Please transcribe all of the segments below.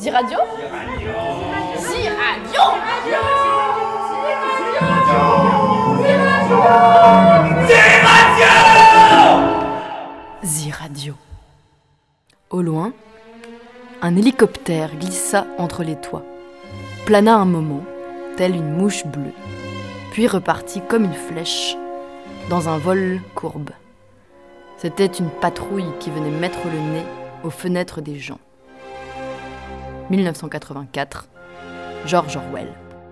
Ziradio. Ziradio. Au loin, un hélicoptère glissa entre les toits, plana un moment, telle une mouche bleue, puis repartit comme une flèche, dans un vol courbe. C'était une patrouille qui venait mettre le nez aux fenêtres des gens. 1984, George Orwell.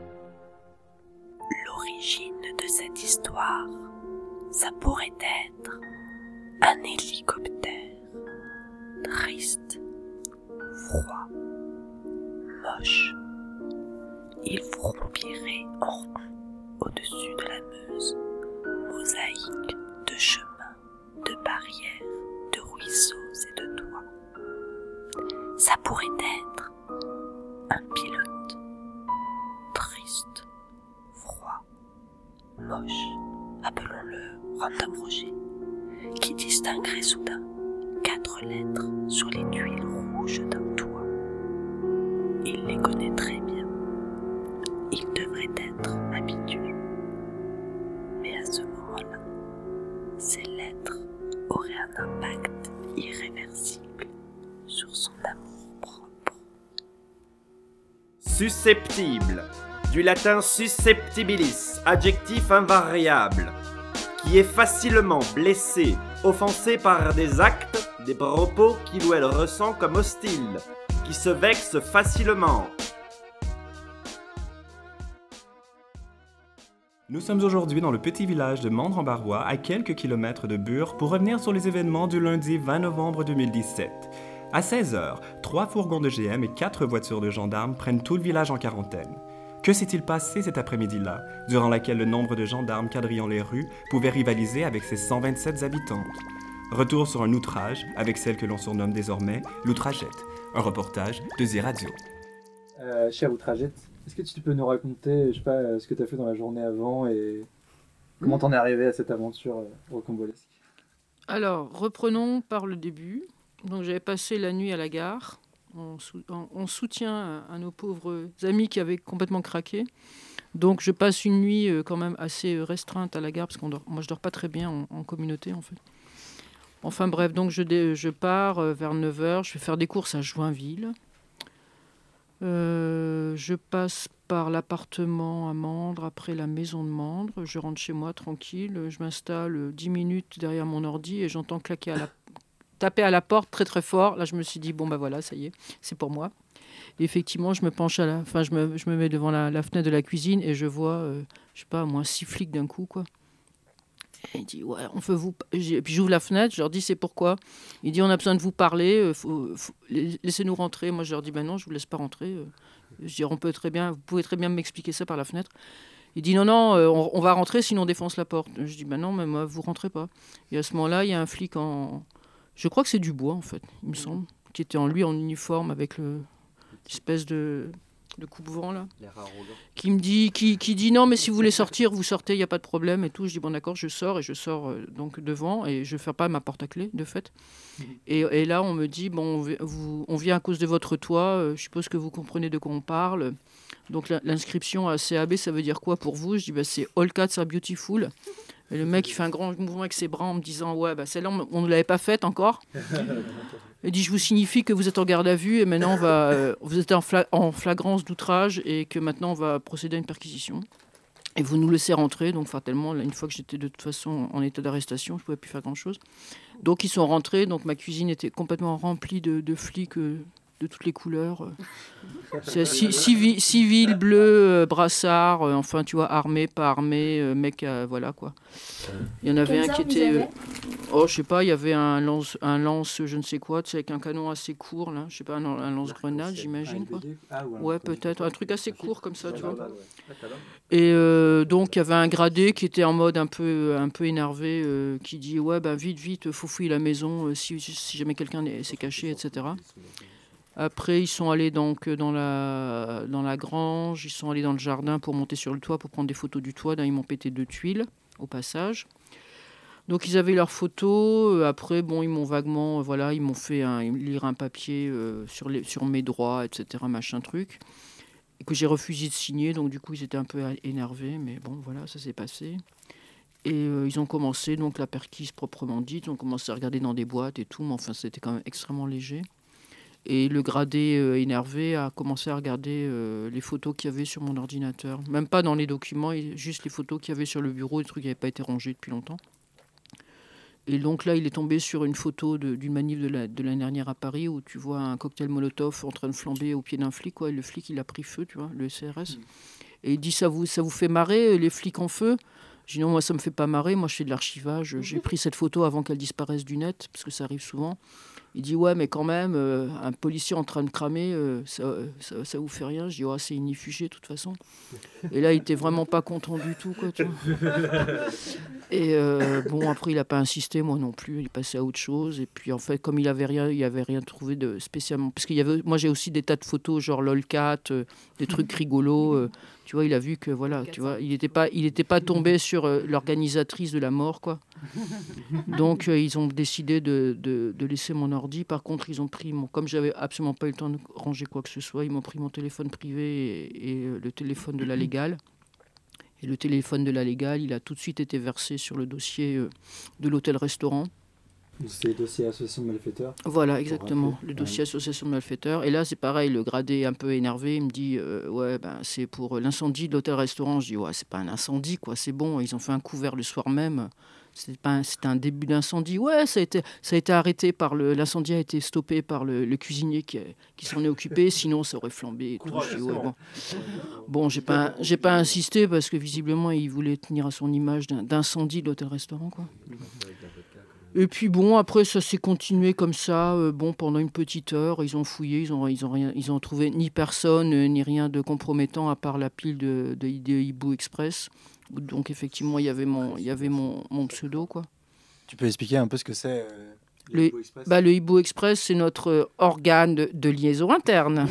L'origine de cette histoire, ça pourrait être un hélicoptère, triste, froid, moche. Il vrombierait en rond au-dessus de la Meuse, mosaïque de chemins, de barrières, de ruisseaux et de toits. Ça pourrait être un pilote, triste, froid, moche, appelons-le Random Roger, qui distinguerait soudain 4 lettres sur les tuiles rouges d'un toit. Il les connaît très bien. Il devrait être habitué. Mais à ce moment-là, ces lettres auraient un impact irréversible sur son amour propre. Susceptible, du latin susceptibilis, adjectif invariable, qui est facilement blessé, offensé par des actes, des propos qu'il ou elle ressent comme hostiles, qui se vexe facilement. Nous sommes aujourd'hui dans le petit village de Mandres-en-Barrois, à quelques kilomètres de Bure, pour revenir sur les événements du lundi 20 novembre 2017. À 16h, 3 fourgons de GM et 4 voitures de gendarmes prennent tout le village en quarantaine. Que s'est-il passé cet après-midi-là, durant laquelle le nombre de gendarmes quadrillant les rues pouvait rivaliser avec ses 127 habitants? Retour sur un outrage avec celle que l'on surnomme désormais l'outragette. Un reportage de Ziradio. Chère outragette, est-ce que tu peux nous raconter, je sais pas, ce que tu as fait dans la journée avant et comment t'en es arrivé à cette aventure rocambolesque? Alors, reprenons par le début. Donc, j'avais passé la nuit à la gare en soutien à nos pauvres amis qui avaient complètement craqué. Donc, je passe une nuit quand même assez restreinte à la gare parce que moi, je dors pas très bien en communauté, en fait. Enfin bref, donc je pars vers 9h, je vais faire des courses à Joinville. Je passe par l'appartement à Mandres, après la maison de Mandres. Je rentre chez moi tranquille, je m'installe 10 minutes derrière mon ordi et j'entends taper à la porte très très fort. Là, je me suis dit, bon ben voilà, ça y est, c'est pour moi. Et effectivement, je me penche je me mets devant la fenêtre de la cuisine et je vois, je sais pas, au moins 6 flics d'un coup, quoi. Et il dit, ouais, on veut vous... Et puis j'ouvre la fenêtre, je leur dis, c'est pourquoi? Il dit, on a besoin de vous parler, laissez-nous rentrer. Moi, je leur dis, ben non, je vous laisse pas rentrer. Je dis, vous pouvez très bien m'expliquer ça par la fenêtre. Il dit, non, on va rentrer, sinon on défonce la porte. Je dis, ben non, mais moi, vous rentrez pas. Et à ce moment-là, il y a un flic je crois que c'est Dubois, en fait, il me semble, qui était en uniforme avec l'espèce de coupe-vent, là, qui me dit, qui dit, non, mais si vous voulez sortir, vous sortez, il n'y a pas de problème et tout. Je dis, bon, d'accord, je sors donc devant et je ne ferme pas ma porte à clé, de fait. Et là, on me dit, bon, on vient à cause de votre toit, je suppose que vous comprenez de quoi on parle. Donc l'inscription à CAB, ça veut dire quoi pour vous? Je dis, c'est All Cats are Beautiful. Et le mec, il fait un grand mouvement avec ses bras en me disant, ouais, celle-là, on ne l'avait pas faite encore. Il dit, je vous signifie que vous êtes en garde à vue et maintenant, vous êtes en flagrance d'outrage et que maintenant, on va procéder à une perquisition. Et vous nous laissez rentrer. Donc, fatalement, une fois que j'étais de toute façon en état d'arrestation, je ne pouvais plus faire grand-chose. Donc, ils sont rentrés. Donc, ma cuisine était complètement remplie de flics de toutes les couleurs. C'est civil, bleu, brassard, enfin, tu vois, armé, pas armé, mec, voilà, quoi. Il y en avait un qui était... je sais pas, il y avait un lance, je ne sais quoi, tu sais, avec un canon assez court, là. Je sais pas, un lance-grenade, j'imagine, quoi. Ouais, peut-être, un truc assez court, comme ça, tu vois. Et donc, il y avait un gradé qui était en mode un peu énervé, qui dit, ouais, vite, faut fouiller la maison, si jamais quelqu'un s'est caché, etc. Après, ils sont allés donc dans la grange, ils sont allés dans le jardin pour monter sur le toit, pour prendre des photos du toit. Là, ils m'ont pété 2 tuiles, au passage. Donc ils avaient leurs photos. Après, bon, ils m'ont vaguement, ils m'ont fait lire un papier sur mes droits, etc., machin truc, et que j'ai refusé de signer. Donc du coup, ils étaient un peu énervés, mais bon, voilà, ça s'est passé. Et ils ont commencé, donc la perquise proprement dite, ils ont commencé à regarder dans des boîtes et tout, mais enfin, c'était quand même extrêmement léger. Et le gradé énervé a commencé à regarder les photos qu'il y avait sur mon ordinateur. Même pas dans les documents, juste les photos qu'il y avait sur le bureau, des trucs qui n'avaient pas été rangés depuis longtemps. Et donc là, il est tombé sur une photo d'une manif de l'année dernière à Paris où tu vois un cocktail Molotov en train de flamber au pied d'un flic. Quoi. Et le flic, il a pris feu, tu vois, le CRS. Et il dit, ça vous fait marrer, les flics en feu ? Je dis non, moi ça me fait pas marrer, moi je fais de l'archivage. J'ai pris cette photo avant qu'elle disparaisse du net, parce que ça arrive souvent. Il dit ouais, mais quand même, un policier en train de cramer, ça vous fait rien. Je dis ouais, c'est inifugé de toute façon. Et là, il était vraiment pas content du tout, quoi, tu vois. Et bon, après, il a pas insisté, moi non plus. Il passait à autre chose. Et puis en fait, comme il avait rien trouvé de spécialement, parce moi j'ai aussi des tas de photos, genre lolcat, des trucs rigolos. Tu vois, il a vu que voilà, tu vois, il était pas tombé sur l'organisatrice de la mort, quoi. Donc ils ont décidé de laisser mon ordi. Par contre, ils ont pris comme j'avais absolument pas eu le temps de ranger quoi que ce soit, ils m'ont pris mon téléphone privé et le téléphone de la légale. Et le téléphone de la légale, il a tout de suite été versé sur le dossier de l'hôtel-restaurant. C'est le dossier association de malfaiteurs. Voilà, exactement, le dossier association de malfaiteurs. Et là, c'est pareil, le gradé est un peu énervé. Il me dit, ouais, ben, c'est pour l'incendie de l'hôtel-restaurant. Je dis, ouais, c'est pas un incendie, quoi, c'est bon. Ils ont fait un couvert le soir même. C'était un début d'incendie. Ouais, ça a été arrêté l'incendie a été stoppé par le cuisinier qui s'en est occupé. Sinon, ça aurait flambé. Et tout. Je dis, ouais, bon, j'ai pas insisté parce que visiblement, il voulait tenir à son image d'incendie de l'hôtel-restaurant, quoi. Et puis bon, après ça s'est continué comme ça. Pendant une petite heure, ils ont fouillé, ils ont trouvé ni personne ni rien de compromettant à part la pile de Hibou Express. Donc effectivement, il y avait mon pseudo, quoi. Tu peux expliquer un peu ce que c'est le Hibou Express ? Le Hibou Express, c'est notre organe de liaison interne.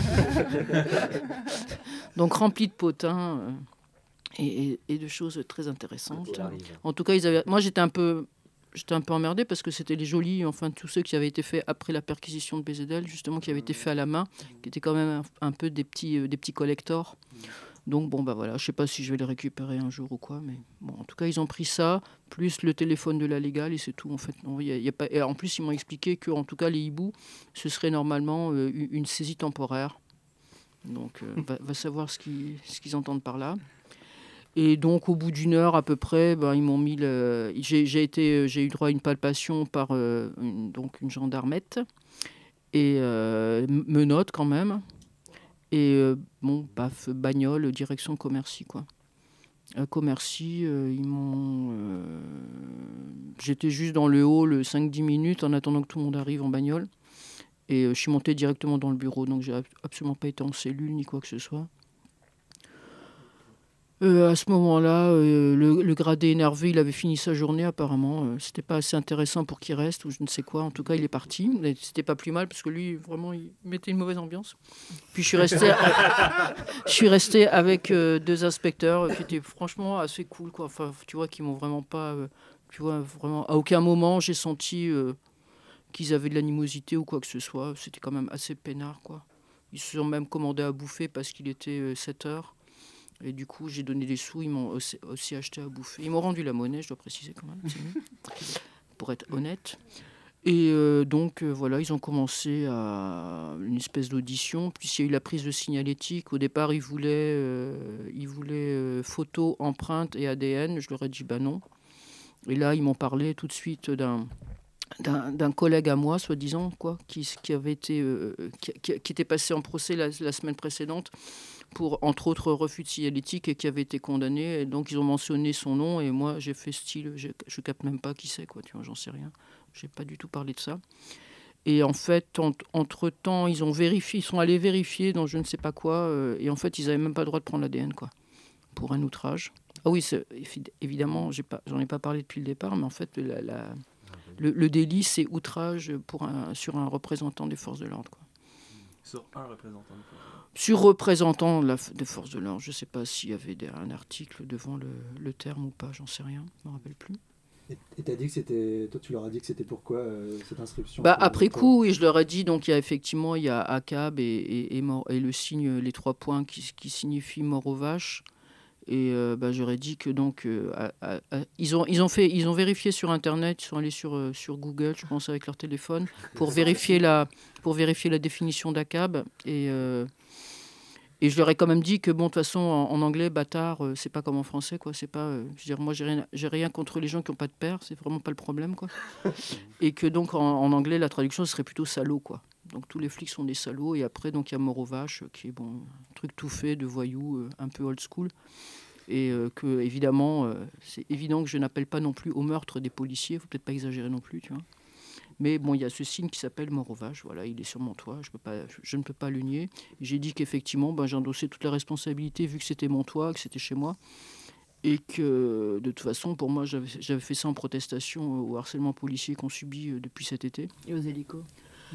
Donc rempli de potins et de choses très intéressantes. En tout cas, moi j'étais un peu emmerdé parce que c'était les jolis, enfin tous ceux qui avaient été faits après la perquisition de BZL, justement, qui avaient été faits à la main, qui étaient quand même un peu des petits collectors. Donc bon, bah voilà, je sais pas si je vais les récupérer un jour ou quoi, mais bon, en tout cas, ils ont pris ça, plus le téléphone de la légale, et c'est tout, en fait. Non, y a pas... Et en plus, ils m'ont expliqué que, en tout cas, les hiboux, ce serait normalement une saisie temporaire. Donc, va savoir ce qu'ils entendent par là. Et donc, au bout d'une heure à peu près, ils m'ont mis j'ai eu droit à une palpation par une gendarmette et menottes quand même. Et bagnole, direction Commercy, quoi. À Commercy, ils m'ont... J'étais juste dans le hall 5-10 minutes en attendant que tout le monde arrive en bagnole. Et je suis monté directement dans le bureau, donc j'ai absolument pas été en cellule ni quoi que ce soit. À ce moment-là, le gradé énervé, il avait fini sa journée apparemment. C'était pas assez intéressant pour qu'il reste ou je ne sais quoi. En tout cas, il est parti. Mais c'était pas plus mal parce que lui, vraiment, il mettait une mauvaise ambiance. Puis je suis resté avec deux inspecteurs qui étaient franchement assez cool, quoi. Enfin, tu vois, qui m'ont vraiment pas... vraiment, à aucun moment, j'ai senti qu'ils avaient de l'animosité ou quoi que ce soit. C'était quand même assez peinard, quoi. Ils se sont même commandé à bouffer parce qu'il était 7 heures. Et du coup, j'ai donné des sous, ils m'ont aussi acheté à bouffer. Ils m'ont rendu la monnaie, je dois préciser quand même, c'est mieux, pour être honnête. Et donc, voilà, ils ont commencé à une espèce d'audition. Puis il y a eu la prise de signalétique. Au départ, ils voulaient photo, empreinte et ADN. Je leur ai dit, non. Et là, ils m'ont parlé tout de suite d'un collègue à moi, soi-disant, quoi, qui était passé en procès la semaine précédente pour, entre autres, refus de signalétique et qui avait été condamné. Et donc, ils ont mentionné son nom et moi, j'ai fait style, je capte même pas qui c'est, quoi, tu vois, j'en sais rien. J'ai pas du tout parlé de ça. Et en fait, entre-temps, ils sont allés vérifier dans je ne sais pas quoi. Et en fait, ils n'avaient même pas le droit de prendre l'ADN, quoi, pour un outrage. Ah oui, évidemment, j'en ai pas parlé depuis le départ, mais en fait, le délit, c'est outrage sur un représentant des forces de l'ordre, quoi. Sur un représentant des forces de l'ordre. Sur représentant des forces de l'ordre. Je ne sais pas s'il y avait un article devant le terme ou pas, j'en sais rien, je ne me rappelle plus. Et t'as dit que c'était... Toi, tu leur as dit que c'était pourquoi cette inscription Après coup, oui, je leur ai dit, donc il y a ACAB et le signe, les 3 points qui signifient mort aux vaches. Et je leur ai dit que donc ils ont vérifié sur internet, ils sont allés sur Google, je pense avec leur téléphone pour vérifier la définition d'ACAB et je leur ai quand même dit que bon, de toute façon en anglais bâtard c'est pas comme en français quoi, c'est pas je veux dire, moi j'ai rien contre les gens qui ont pas de père, c'est vraiment pas le problème quoi. Et que donc en anglais la traduction serait plutôt salaud quoi. Donc tous les flics sont des salauds et après donc il y a mort aux vaches qui est bon un truc tout fait de voyous un peu old school. Et que évidemment c'est évident que je n'appelle pas non plus au meurtre des policiers, faut peut-être pas exagérer non plus, tu vois. Mais bon, il y a ce signe qui s'appelle mort aux vaches, voilà, il est sur mon toit, je ne peux pas le nier. J'ai dit qu'effectivement, j'endossais toute la responsabilité vu que c'était mon toit, que c'était chez moi, et que de toute façon, pour moi, j'avais fait ça en protestation au harcèlement policier qu'on subit depuis cet été. Et aux hélicos. Hein ?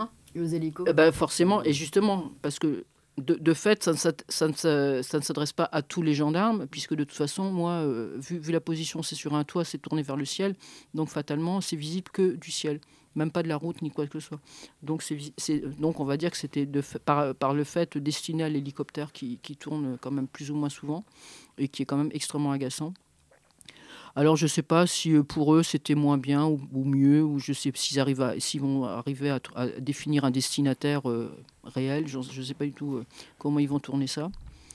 Et aux hélicos. Forcément, et justement, parce que de fait, ça ne s'adresse pas à tous les gendarmes, puisque de toute façon, moi, vu la position, c'est sur un toit, c'est tourné vers le ciel, donc fatalement, c'est visible que du ciel, même pas de la route ni quoi que ce soit. Donc, donc on va dire que c'était par le fait destiné à l'hélicoptère qui tourne quand même plus ou moins souvent, et qui est quand même extrêmement agaçant. Alors je ne sais pas si pour eux c'était moins bien ou mieux, ou je sais s'ils vont arriver à définir un destinataire réel. Je ne sais pas du tout comment ils vont tourner ça.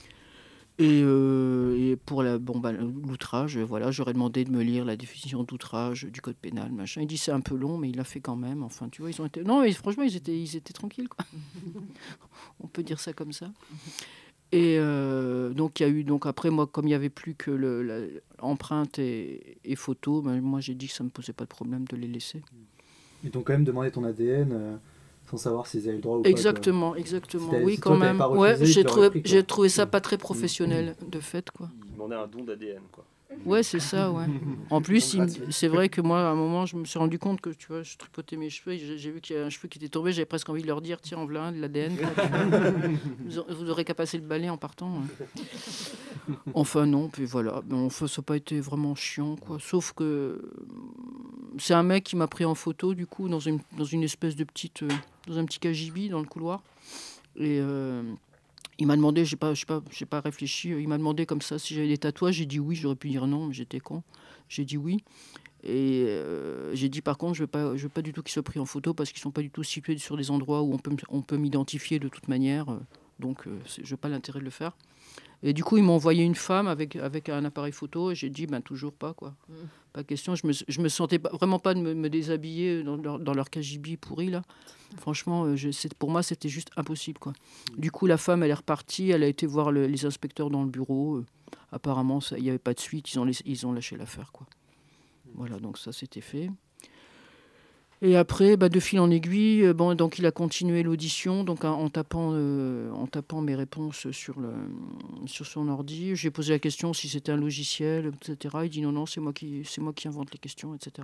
Et pour l'outrage, voilà, j'aurais demandé de me lire la définition d'outrage du code pénal, machin. Il dit c'est un peu long, mais il l'a fait quand même. Enfin, tu vois, ils ont été. Non, mais franchement, ils étaient tranquilles, quoi. On peut dire ça comme ça. Et donc il y a eu après moi comme il n'y avait plus que l'empreinte et photo, moi j'ai dit que ça me posait pas de problème de les laisser. Ils t'ont quand même demandé ton ADN sans savoir s'ils avaient le droit ou Exactement, pas. exactement. Si oui si quand toi, t'avais même. pas Ouais, refusé, j'ai trouvé ça pas très professionnel de fait quoi. Il demandait un don d'ADN, quoi. Ouais, c'est ça, ouais. En plus, c'est vrai que moi, à un moment, je me suis rendu compte que, tu vois, je tripotais mes cheveux, et j'ai vu qu'il y a un cheveu qui était tombé, j'avais presque envie de leur dire, tiens, en voilà un, de l'ADN. Vous aurez qu'à passer le balai en partant. Enfin, non, puis voilà. Ça n'a pas été vraiment chiant, quoi. Sauf que c'est un mec qui m'a pris en photo, du coup, dans une espèce de petite... dans un petit cagibi, dans le couloir. Et... il m'a demandé, j'ai pas réfléchi, il m'a demandé comme ça si j'avais des tatouages, j'ai dit oui, j'aurais pu dire non, mais j'étais con. J'ai dit oui. Et j'ai dit par contre, je veux pas du tout qu'ils soient pris en photo parce qu'ils sont pas du tout situés sur des endroits où on peut m'identifier de toute manière. Donc je veux pas l'intérêt de le faire. Et du coup, ils m'ont envoyé une femme avec un appareil photo et j'ai dit toujours pas quoi. Pas question, je me sentais vraiment pas de me déshabiller dans leur cagibi pourri là. Franchement, pour moi, c'était juste impossible, quoi. Du coup, la femme, elle est repartie. Elle a été voir les inspecteurs dans le bureau. Apparemment, il n'y avait pas de suite. Ils ont lâché l'affaire, quoi. Voilà, donc ça, c'était fait. Et après, de fil en aiguille, donc il a continué l'audition, donc en tapant mes réponses sur son ordi. J'ai posé la question si c'était un logiciel, etc. Il dit non, c'est moi qui invente les questions, etc.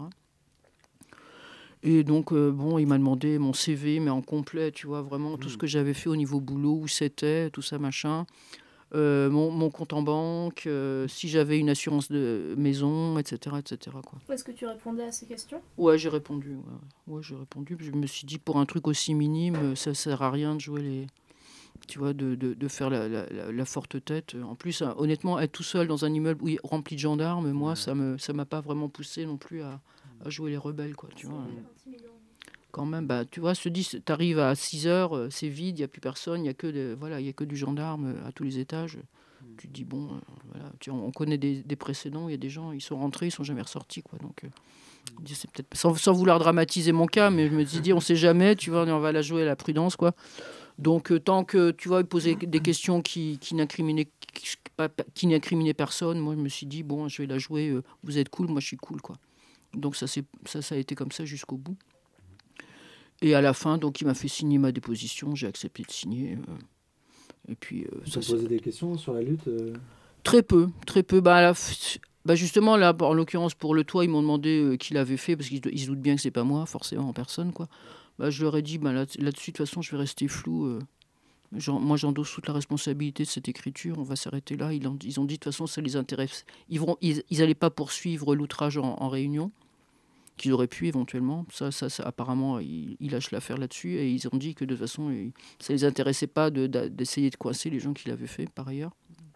Et donc, il m'a demandé mon CV, mais en complet, tu vois, vraiment tout ce que j'avais fait au niveau boulot, où c'était, tout ça, machin. Mon compte en banque, si j'avais une assurance de maison, etc., etc., quoi. Est-ce que tu répondais à ces questions ? Ouais, j'ai répondu. Ouais, j'ai répondu. Je me suis dit, pour un truc aussi minime, ça sert à rien de jouer les... Tu vois, de faire la forte tête. En plus, honnêtement, être tout seul dans un immeuble rempli de gendarmes, moi, ça m'a pas vraiment poussé non plus à jouer les rebelles, quoi, tu vois. Quand même, tu vois, t'arrives à 6h, c'est vide, il n'y a plus personne, il n'y a que du gendarme à tous les étages. Tu te dis, bon, voilà, on connaît des précédents, il y a des gens, ils sont rentrés, ils sont jamais ressortis, quoi. Donc, c'est peut-être sans vouloir dramatiser mon cas, mais je me suis dit, on sait jamais, tu vois, on va la jouer à la prudence, quoi. Donc, tant que, tu vois, ils posaient des questions qui n'incriminaient personne, moi, je me suis dit, bon, je vais la jouer, vous êtes cool, moi, je suis cool, quoi. Donc, ça a été comme ça jusqu'au bout. Et à la fin, donc, il m'a fait signer ma déposition. J'ai accepté de signer. Et puis, tu as posé des questions sur la lutte Très peu. Justement, là, en l'occurrence, pour le toit, ils m'ont demandé qui l'avait fait, parce qu'ils se doutent bien que c'est pas moi, forcément, en personne, quoi. Je leur ai dit, là-dessus, de toute façon, je vais rester flou. Moi, j'endosse toute la responsabilité de cette écriture. On va s'arrêter là. Ils ont dit, de toute façon, ça les intéresse. Ils n'allaient pas poursuivre l'outrage en réunion, qu'ils auraient pu éventuellement. Ça apparemment, ils lâchent l'affaire là-dessus. Et ils ont dit que de toute façon, ça ne les intéressait pas d'essayer de coincer les gens qui l'avaient fait, par ailleurs.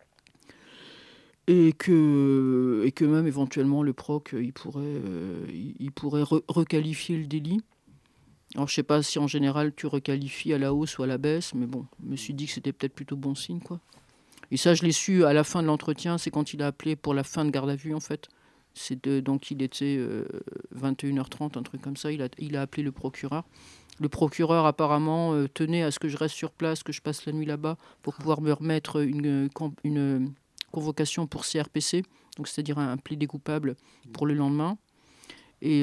Et que même éventuellement, le proc, il pourrait requalifier le délit. Alors, je ne sais pas si en général tu requalifies à la hausse ou à la baisse, mais bon, je me suis dit que c'était peut-être plutôt bon signe, quoi. Et ça, je l'ai su à la fin de l'entretien, c'est quand il a appelé pour la fin de garde à vue, en fait. Donc, il était 21h30, un truc comme ça. Il a appelé le procureur. Le procureur, apparemment, tenait à ce que je reste sur place, que je passe la nuit là-bas, pour pouvoir me remettre une convocation pour CRPC, donc c'est-à-dire un plaidé coupable pour le lendemain. Et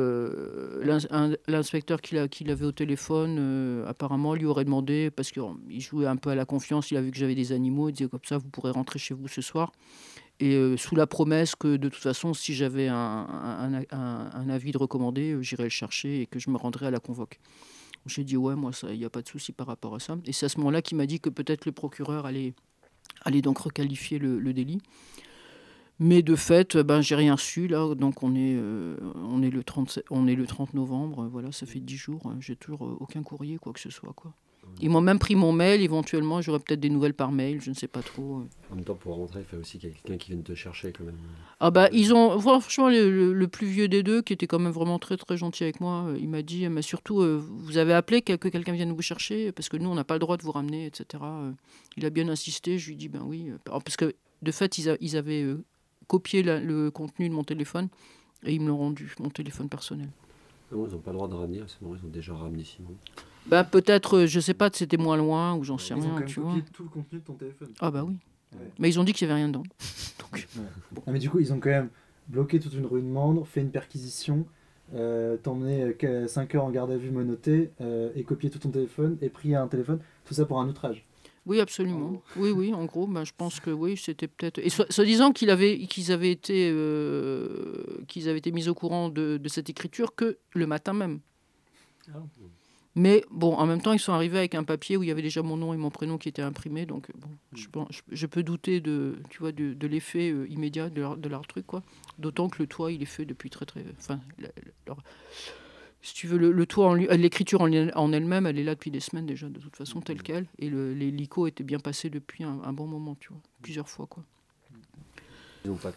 l'inspecteur qu'il avait au téléphone, apparemment, lui aurait demandé, parce qu'il jouait un peu à la confiance, il a vu que j'avais des animaux, il disait comme ça, vous pourrez rentrer chez vous ce soir. Et sous la promesse que de toute façon, si j'avais un avis de recommandé, j'irais le chercher et que je me rendrais à la convoque. J'ai dit ouais, moi, il n'y a pas de souci par rapport à ça. Et c'est à ce moment-là qu'il m'a dit que peut-être le procureur allait donc requalifier le délit. Mais de fait, j'ai rien su là, donc on est le 30 novembre, voilà, ça fait 10 jours, j'ai toujours aucun courrier, quoi que ce soit, quoi. Ils m'ont même pris mon mail, éventuellement j'aurai peut-être des nouvelles par mail, je ne sais pas trop. En même temps, pour rentrer, il faut aussi quelqu'un qui vienne te chercher quand même. Ils ont, franchement, le plus vieux des deux, qui était quand même vraiment très très gentil avec moi, il m'a dit, mais surtout, vous avez appelé que quelqu'un vienne vous chercher, parce que nous on n'a pas le droit de vous ramener, etc. Il a bien insisté, je lui ai dit, ben oui, parce que de fait ils avaient copié le contenu de mon téléphone et ils me l'ont rendu, mon téléphone personnel. Non, ils n'ont pas le droit de ramener, sinon ils ont déjà ramené Simon. Peut-être, je sais pas, c'était moins loin ou j'en sais Ils ont rien, quand même tu vois. copié tout le contenu de ton téléphone. Ah bah oui. Ouais. Mais ils ont dit qu'il n'y avait rien dedans. Donc... Ah, mais du coup, ils ont quand même bloqué toute une rue de Mandres, fait une perquisition, t'emmené 5 heures en garde à vue menotté, et copié tout ton téléphone, et pris un téléphone, tout ça pour un outrage. Oui, absolument. Oui, en gros, je pense que oui, c'était peut-être... Et soi-disant qu'ils avaient été mis au courant de cette écriture que le matin même. Ah. Mais bon, en même temps, ils sont arrivés avec un papier où il y avait déjà mon nom et mon prénom qui étaient imprimés. Donc, bon, je peux douter de l'effet immédiat de leur truc, quoi. D'autant que le toit, il est fait depuis très, très... Enfin, si tu veux, le toit, l'écriture en elle-même, elle est là depuis des semaines déjà, de toute façon, telle qu'elle. Et l'hélico était bien passé depuis un bon moment, tu vois. Plusieurs fois, quoi. Ils n'ont pas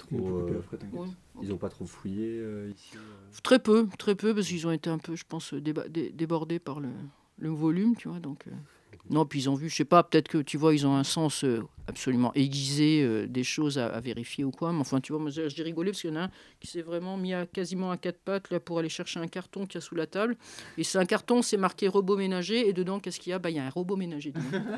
trop fouillé ici Très peu, parce qu'ils ont été un peu, je pense, débordés par le volume, tu vois, donc... Non, puis ils ont vu, je sais pas, peut-être que, tu vois, ils ont un sens absolument aiguisé des choses à vérifier ou quoi, mais enfin, tu vois, moi, j'ai rigolé parce qu'il y en a un qui s'est vraiment mis quasiment à quatre pattes là, pour aller chercher un carton qu'il y a sous la table, et c'est un carton, c'est marqué robot ménager, et dedans, qu'est-ce qu'il y a ? Il y a un robot ménager.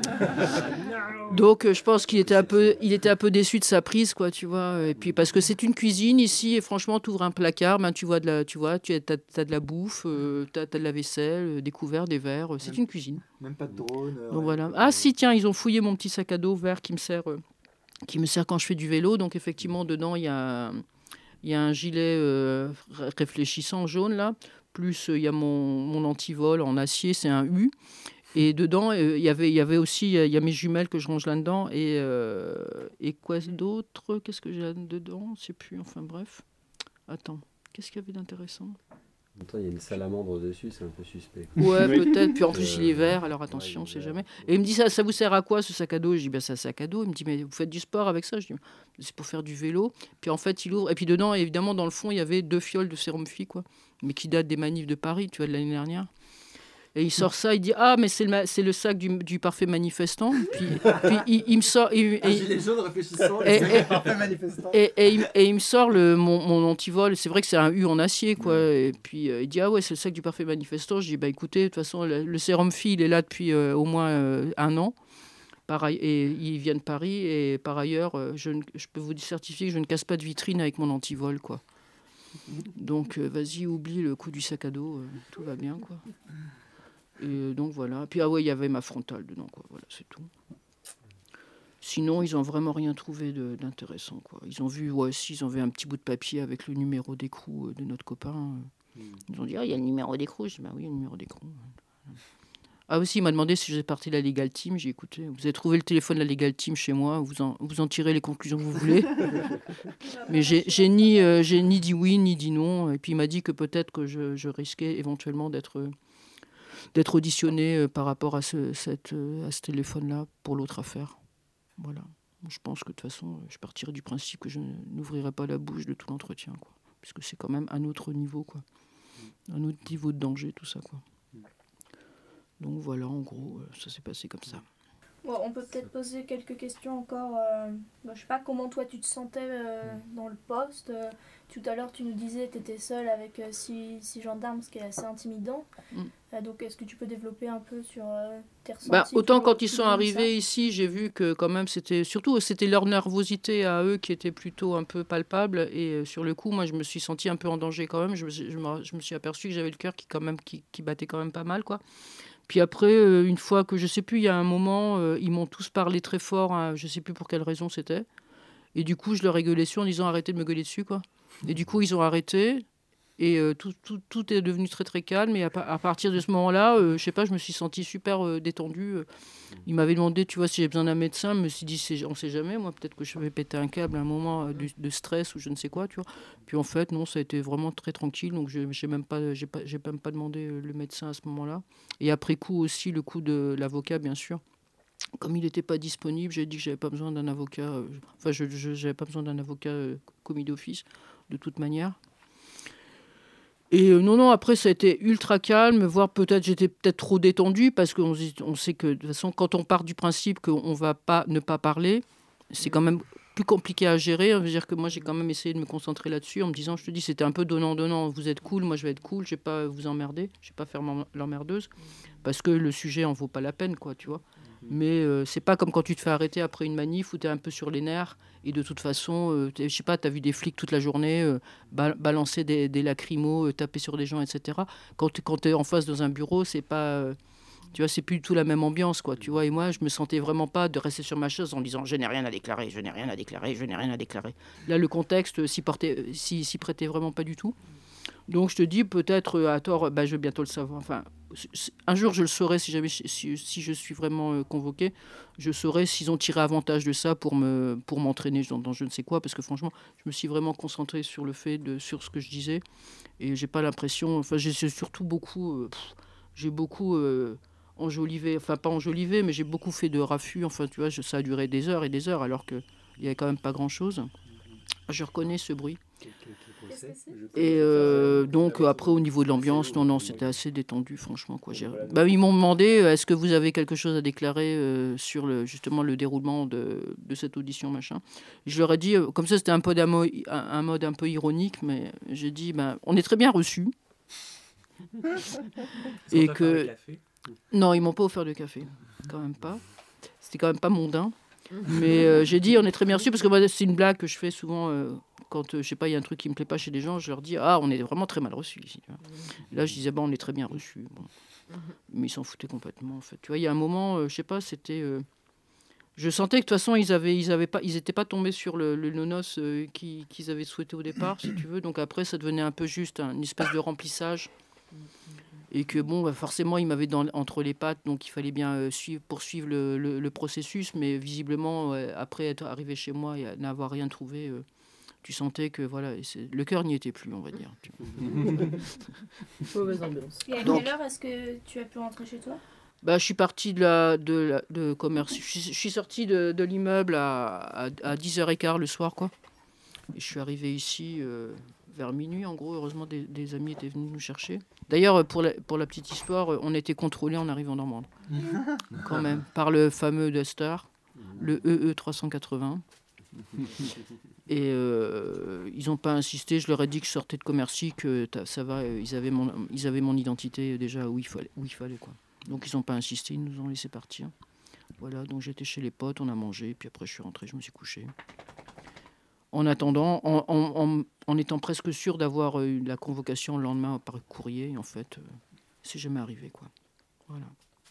Donc, je pense qu'il était un peu déçu de sa prise, quoi, tu vois, et puis parce que c'est une cuisine ici, et franchement, tu ouvres un placard, tu as de la bouffe, tu as de la vaisselle, des couverts, des verres, c'est une cuisine. Même pas de drone. Donc voilà. Ah si, tiens, ils ont fouillé mon petit sac à dos vert qui me sert quand je fais du vélo. Donc effectivement, dedans, il y a un gilet réfléchissant jaune, là. Plus, il y a mon antivol en acier, c'est un U. Et dedans, il y avait aussi, il y a mes jumelles que je range là-dedans. Et quoi d'autre ? Qu'est-ce que j'ai là-dedans ? Je sais plus, enfin bref. Attends, qu'est-ce qu'il y avait d'intéressant ? En même temps, il y a une salamandre dessus, c'est un peu suspect. Ouais, peut-être. Puis en plus, il est vert, alors attention, on ne sait jamais. Et il me dit, ça vous sert à quoi ce sac à dos ? Je dis, c'est un sac à dos. Il me dit, mais vous faites du sport avec ça ? Je dis, c'est pour faire du vélo. Puis en fait, il ouvre. Et puis dedans, évidemment, dans le fond, il y avait 2 fioles de sérum phi, quoi. Mais qui datent des manifs de Paris, tu vois, de l'année dernière. Et il sort ça, il dit, ah, mais c'est le sac du parfait manifestant. Puis il me sort... gilet jaune réfléchissant, parfait manifestant. Et il me sort mon antivol. C'est vrai que c'est un U en acier, quoi. Et puis il dit, ah ouais, c'est le sac du parfait manifestant. Je dis, écoutez, de toute façon, le sérum phi, il est là depuis au moins 1 an. Pareil, et il vient de Paris. Et par ailleurs, je peux vous certifier que je ne casse pas de vitrine avec mon antivol, quoi. Donc, vas-y, oublie le coup du sac à dos. Tout va bien, quoi. Et donc voilà. Puis il y avait ma frontale dedans, quoi. Voilà, c'est tout. Sinon, ils n'ont vraiment rien trouvé d'intéressant, quoi. Ils ont vu, ils ont vu un petit bout de papier avec le numéro d'écrou de notre copain. Ils ont dit, il y a le numéro d'écrou. Je dis, oui, il y a le numéro d'écrou. Ah aussi, il m'a demandé si je faisais partie de la Legal Team. J'ai écouté, vous avez trouvé le téléphone de la Legal Team chez moi, vous en tirez les conclusions que vous voulez. Mais j'ai ni dit oui, ni dit non. Et puis il m'a dit que peut-être que je risquais éventuellement d'être auditionné par rapport à ce téléphone-là pour l'autre affaire. Voilà. Je pense que de toute façon, je partirai du principe que je n'ouvrirai pas la bouche de tout l'entretien, quoi. Puisque c'est quand même un autre niveau, quoi. Un autre niveau de danger, tout ça, quoi. Donc voilà, en gros, ça s'est passé comme ça. Bon, on peut peut-être poser quelques questions encore. Je sais pas comment toi tu te sentais dans le poste. Tout à l'heure tu nous disais que tu étais seule avec 6 gendarmes, ce qui est assez intimidant. Donc est-ce que tu peux développer un peu sur tes ressentis? Autant quand ils sont arrivés ici, j'ai vu que quand même c'était leur nervosité à eux qui était plutôt un peu palpable. Et sur le coup, moi je me suis sentie un peu en danger quand même. Je me suis aperçue que j'avais le cœur qui battait quand même pas mal, quoi. Puis après, une fois que, je sais plus, il y a un moment, ils m'ont tous parlé très fort, hein, je sais plus pour quelle raison c'était. Et du coup, je leur ai gueulé dessus en disant arrêtez de me gueuler dessus, quoi. Et du coup, ils ont arrêté. Et tout est devenu très très calme. Et à partir de ce moment-là, je sais pas, je me suis sentie super détendue. Ils m'avaient demandé, tu vois, si j'ai besoin d'un médecin. Je me suis dit, on sait jamais, moi, peut-être que je vais péter un câble à un moment de stress ou je ne sais quoi, tu vois. Puis en fait, non, ça a été vraiment très tranquille. Donc j'ai même pas demandé le médecin à ce moment-là. Et après coup aussi, le coup de l'avocat, bien sûr. Comme il n'était pas disponible, j'ai dit que j'avais pas besoin d'un avocat. J'avais pas besoin d'un avocat commis d'office, de toute manière. Et non, après, ça a été ultra calme, voire j'étais peut-être trop détendue, parce qu'on sait que, de toute façon, quand on part du principe qu'on va ne pas parler, c'est quand même plus compliqué à gérer. C'est-à-dire que moi, j'ai quand même essayé de me concentrer là-dessus, en me disant, je te dis, c'était un peu donnant-donnant. Vous êtes cool, moi, je vais être cool, je vais pas vous emmerder, je vais pas faire l'emmerdeuse, parce que le sujet en vaut pas la peine, quoi, tu vois. Mais c'est pas comme quand tu te fais arrêter après une manif où tu es un peu sur les nerfs et de toute façon, je sais pas, tu as vu des flics toute la journée balancer des lacrymos, taper sur des gens, etc. Quand tu es en face dans un bureau, c'est pas... tu vois, c'est plus du tout la même ambiance, quoi, tu vois. Et moi, je me sentais vraiment pas de rester sur ma chaise en disant « je n'ai rien à déclarer, je n'ai rien à déclarer, je n'ai rien à déclarer ». Là, le contexte s'y prêtait vraiment pas du tout. Donc je te dis peut-être à tort, je vais bientôt le savoir. Enfin, un jour je le saurai si je suis vraiment convoqué. Je saurai s'ils ont tiré avantage de ça pour m'entraîner dans je ne sais quoi, parce que franchement, je me suis vraiment concentré sur ce que je disais et j'ai pas l'impression. Enfin, j'ai surtout beaucoup, enjolivé. Enfin, pas enjolivé, mais j'ai beaucoup fait de raffus. Enfin, tu vois, ça a duré des heures et des heures, alors qu'il y avait quand même pas grand-chose. Je reconnais ce bruit. Et donc après au niveau de l'ambiance, non, c'était assez détendu, franchement, quoi. Ils m'ont demandé est-ce que vous avez quelque chose à déclarer sur justement le déroulement de cette audition, machin. Je leur ai dit, comme ça c'était un mode un peu ironique, mais j'ai dit on est très bien reçus. Et que non, ils m'ont pas offert de café, quand même pas. C'était quand même pas mondain. Mais j'ai dit on est très bien reçus, parce que moi c'est une blague que je fais souvent quand je sais pas, il y a un truc qui me plaît pas chez les gens, je leur dis on est vraiment très mal reçus ici. Là je disais on est très bien reçus. Bon. Mais ils s'en foutaient complètement, en fait. Tu vois, il y a un moment, je sais pas, c'était je sentais que de toute façon ils étaient pas tombés sur le nonos qu'ils avaient souhaité au départ, si tu veux. Donc après ça devenait un peu juste une espèce de remplissage. Et que forcément il m'avait entre les pattes, donc il fallait bien poursuivre le processus, mais visiblement après être arrivé chez moi et n'avoir rien trouvé, tu sentais que voilà, le cœur n'y était plus, on va dire. Mauvaise ambiance. Et à quelle heure est-ce que tu as pu rentrer chez toi? Je suis partie de commerce. Je suis sortie de l'immeuble à 10h15 le soir, quoi. Et je suis arrivée ici vers minuit, en gros. Heureusement, des amis étaient venus nous chercher. D'ailleurs, pour la petite histoire, on a été contrôlés en arrivant en Normandie. Quand même, par le fameux Duster, le EE 380. Et ils n'ont pas insisté. Je leur ai dit que je sortais de Commercy, que ça va. Ils avaient mon identité déjà où il fallait, quoi. Donc ils n'ont pas insisté, ils nous ont laissé partir. Voilà, donc j'étais chez les potes, on a mangé, puis après je suis rentré, je me suis couché. En attendant, en étant presque sûr d'avoir la convocation le lendemain par courrier, en fait, c'est jamais arrivé, quoi. Voilà.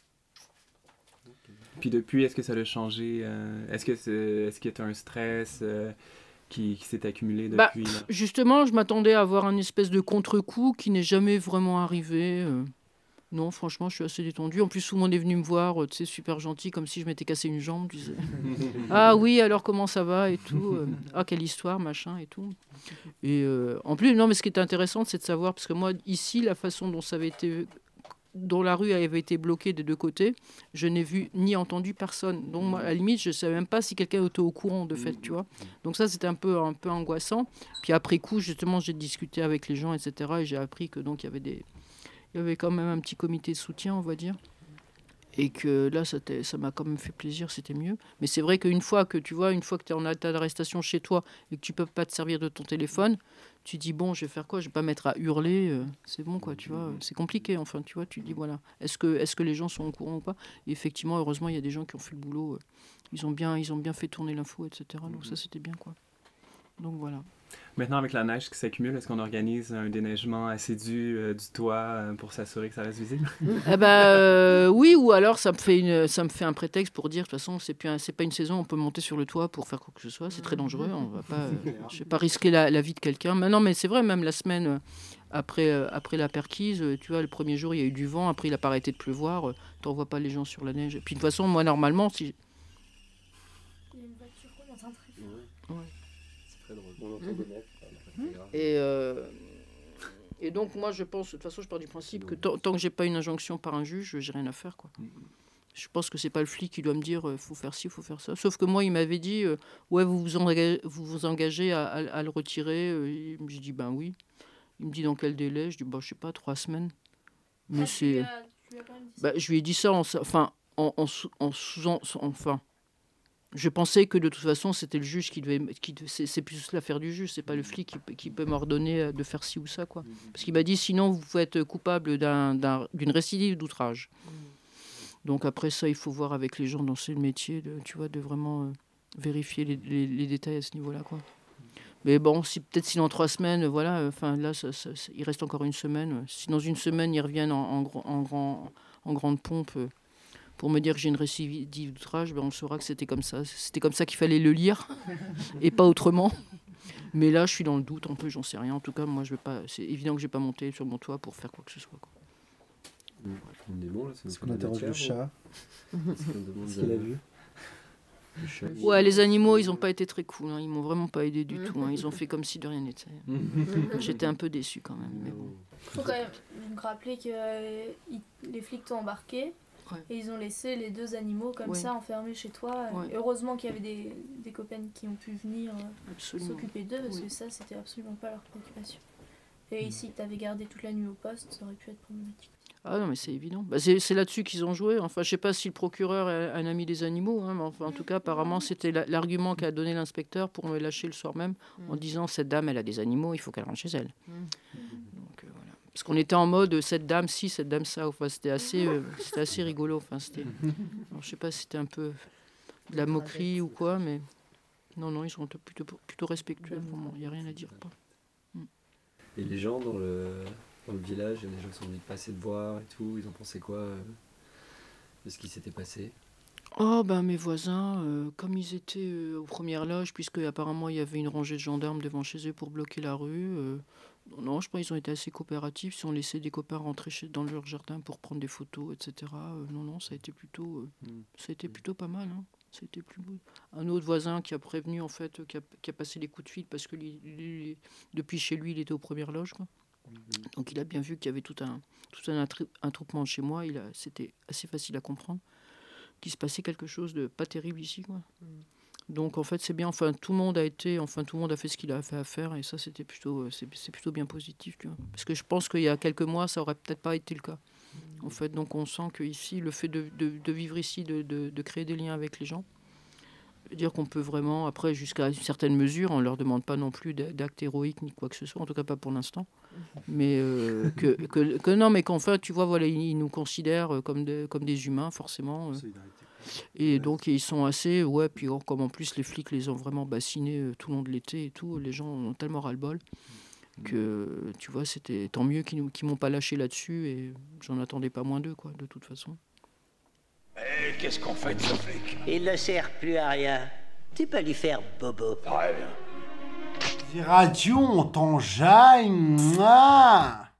Puis depuis, est-ce que ça a changé? Est-ce qu'il y a un stress qui s'est accumulé depuis? Justement, je m'attendais à avoir un espèce de contre-coup qui n'est jamais vraiment arrivé. Non, franchement, je suis assez détendue. En plus, tout le monde est venu me voir, tu sais, super gentil, comme si je m'étais cassé une jambe. Je disais, ah oui, alors comment ça va et tout. Ah, quelle histoire, machin et tout. Et en plus, non, mais ce qui était intéressant, c'est de savoir, parce que moi, ici, la façon dont la rue avait été bloquée des deux côtés, je n'ai vu ni entendu personne. Donc, moi, à la limite, je ne savais même pas si quelqu'un était au courant, de fait, tu vois. Donc ça, c'était un peu angoissant. Puis après coup, justement, j'ai discuté avec les gens, etc. Et j'ai appris que donc il y avait quand même un petit comité de soutien, on va dire. Et que là, ça m'a quand même fait plaisir, c'était mieux. Mais c'est vrai qu'une fois que tu es en état d'arrestation chez toi et que tu peux pas te servir de ton téléphone, tu dis, bon, je vais faire quoi? Je vais pas mettre à hurler, c'est bon, quoi, tu vois. C'est compliqué, enfin, tu vois, tu dis, voilà. Est-ce que les gens sont au courant ou pas? Et effectivement, heureusement, il y a des gens qui ont fait le boulot. Ils ont bien fait tourner l'info, etc. Donc ça, c'était bien, quoi. Donc voilà. Maintenant, avec la neige qui s'accumule, est-ce qu'on organise un déneigement assidu du toit pour s'assurer que ça reste visible? Oui, ou alors ça me fait un prétexte pour dire, de toute façon, c'est pas une saison, on peut monter sur le toit pour faire quoi que ce soit, c'est très dangereux, on va pas, je vais pas risquer la vie de quelqu'un. Mais non, mais c'est vrai, même la semaine après la perquise, tu vois, le premier jour, il y a eu du vent, après il a pas arrêté de pleuvoir, t'envoies pas les gens sur la neige. Et puis de toute façon, moi, normalement, si... Il y a une voiture dans un très... Ouais. Très drôle. On entend des nefs, Et donc, moi, je pense, de toute façon, je pars du principe que tant que j'ai pas une injonction par un juge, j'ai rien à faire, quoi. Je pense que c'est pas le flic qui doit me dire faut faire ci, faut faire ça. Sauf que moi, il m'avait dit ouais, vous vous engagez à le retirer. J'ai dit ben oui. Il me dit dans quel délai? Je dis je sais pas, 3 semaines. Mais c'est. Tu lui as quand même dit ça. Je lui ai dit ça enfin. Je pensais que de toute façon, c'était le juge qui devait c'est plus l'affaire du juge, c'est pas le flic qui peut m'ordonner de faire ci ou ça, quoi. Parce qu'il m'a dit sinon vous pouvez être coupable d'une récidive d'outrage. Donc après ça, il faut voir avec les gens dans ce métier, de vraiment vérifier les détails à ce niveau-là, quoi. Mais bon, peut-être si dans 3 semaines, voilà, là, il reste encore une semaine. Si dans une semaine, ils reviennent en grande pompe pour me dire que j'ai une récidive d'outrage, on saura que c'était comme ça. C'était comme ça qu'il fallait le lire et pas autrement. Mais là, je suis dans le doute un peu, j'en sais rien. En tout cas, moi, je vais pas. C'est évident que je vais pas monter sur mon toit pour faire quoi que ce soit, quoi. On est bon, là, est-ce qu'on interroge le chat? Est-ce qu'il a vu? Ouais, les animaux, ils ont pas été très cool. Ils m'ont vraiment pas aidé du tout. Ils ont fait comme si de rien n'était. J'étais un peu déçu quand même. Mais bon. Faut quand même rappeler que les flics t'ont embarqué. Ouais. Et ils ont laissé les 2 animaux comme ça enfermés chez toi. Ouais. Heureusement qu'il y avait des copains qui ont pu venir s'occuper d'eux, parce que ça, c'était absolument pas leur préoccupation. Et ici, tu avais gardé toute la nuit au poste, ça aurait pu être problématique. Ah non, mais c'est évident. C'est là-dessus qu'ils ont joué. Enfin, je sais pas si le procureur est un ami des animaux, mais en tout cas, apparemment, c'était l'argument qu'a donné l'inspecteur pour me lâcher le soir même, en disant cette dame, elle a des animaux, il faut qu'elle rentre chez elle. Donc voilà. Parce qu'on était en mode cette dame ci, cette dame ça. Enfin, c'était assez rigolo. Enfin, alors, je sais pas si c'était un peu de la moquerie ou quoi, mais non, ils sont plutôt respectueux. Il n'y a rien à dire. Pas. Et les gens dans le village, il y a des gens qui sont venus passer de voir et tout, ils en pensaient quoi de ce qui s'était passé? Oh, mes voisins, comme ils étaient aux premières loges, puisque apparemment il y avait une rangée de gendarmes devant chez eux pour bloquer la rue, non, je pense qu'ils ont été assez coopératifs. Ils ont laissé des copains rentrer dans leur jardin pour prendre des photos, etc. Non, ça a été plutôt pas mal. Hein. C'était plus beau. Un autre voisin qui a prévenu, en fait, qui a passé les coups de fil parce que depuis chez lui, il était aux premières loges, quoi. Donc il a bien vu qu'il y avait tout un attroupement chez moi. C'était assez facile à comprendre qu'il se passait quelque chose de pas terrible ici, quoi. Donc en fait c'est bien. Tout le monde a fait ce qu'il a fait à faire, et ça c'est plutôt bien positif, tu vois. Parce que je pense qu'il y a quelques mois ça aurait peut-être pas été le cas. En fait, donc on sent que ici le fait de vivre ici, de créer des liens avec les gens, dire qu'on peut vraiment, après jusqu'à une certaine mesure, on leur demande pas non plus d'actes héroïques ni quoi que ce soit, en tout cas pas pour l'instant, mais mais qu'en fait tu vois, voilà, ils nous considèrent comme des humains forcément, et donc ils sont assez puis comme en plus les flics les ont vraiment bassinés tout le long de l'été et tout, les gens ont tellement ras-le-bol que tu vois, c'était tant mieux qu'ils m'ont pas lâché là-dessus, et j'en attendais pas moins d'eux, quoi, de toute façon. Mais qu'est-ce qu'on fait de ce flic? Il ne sert plus à rien. Tu peux lui faire bobo. Très bien. Radio, on t'enjaille.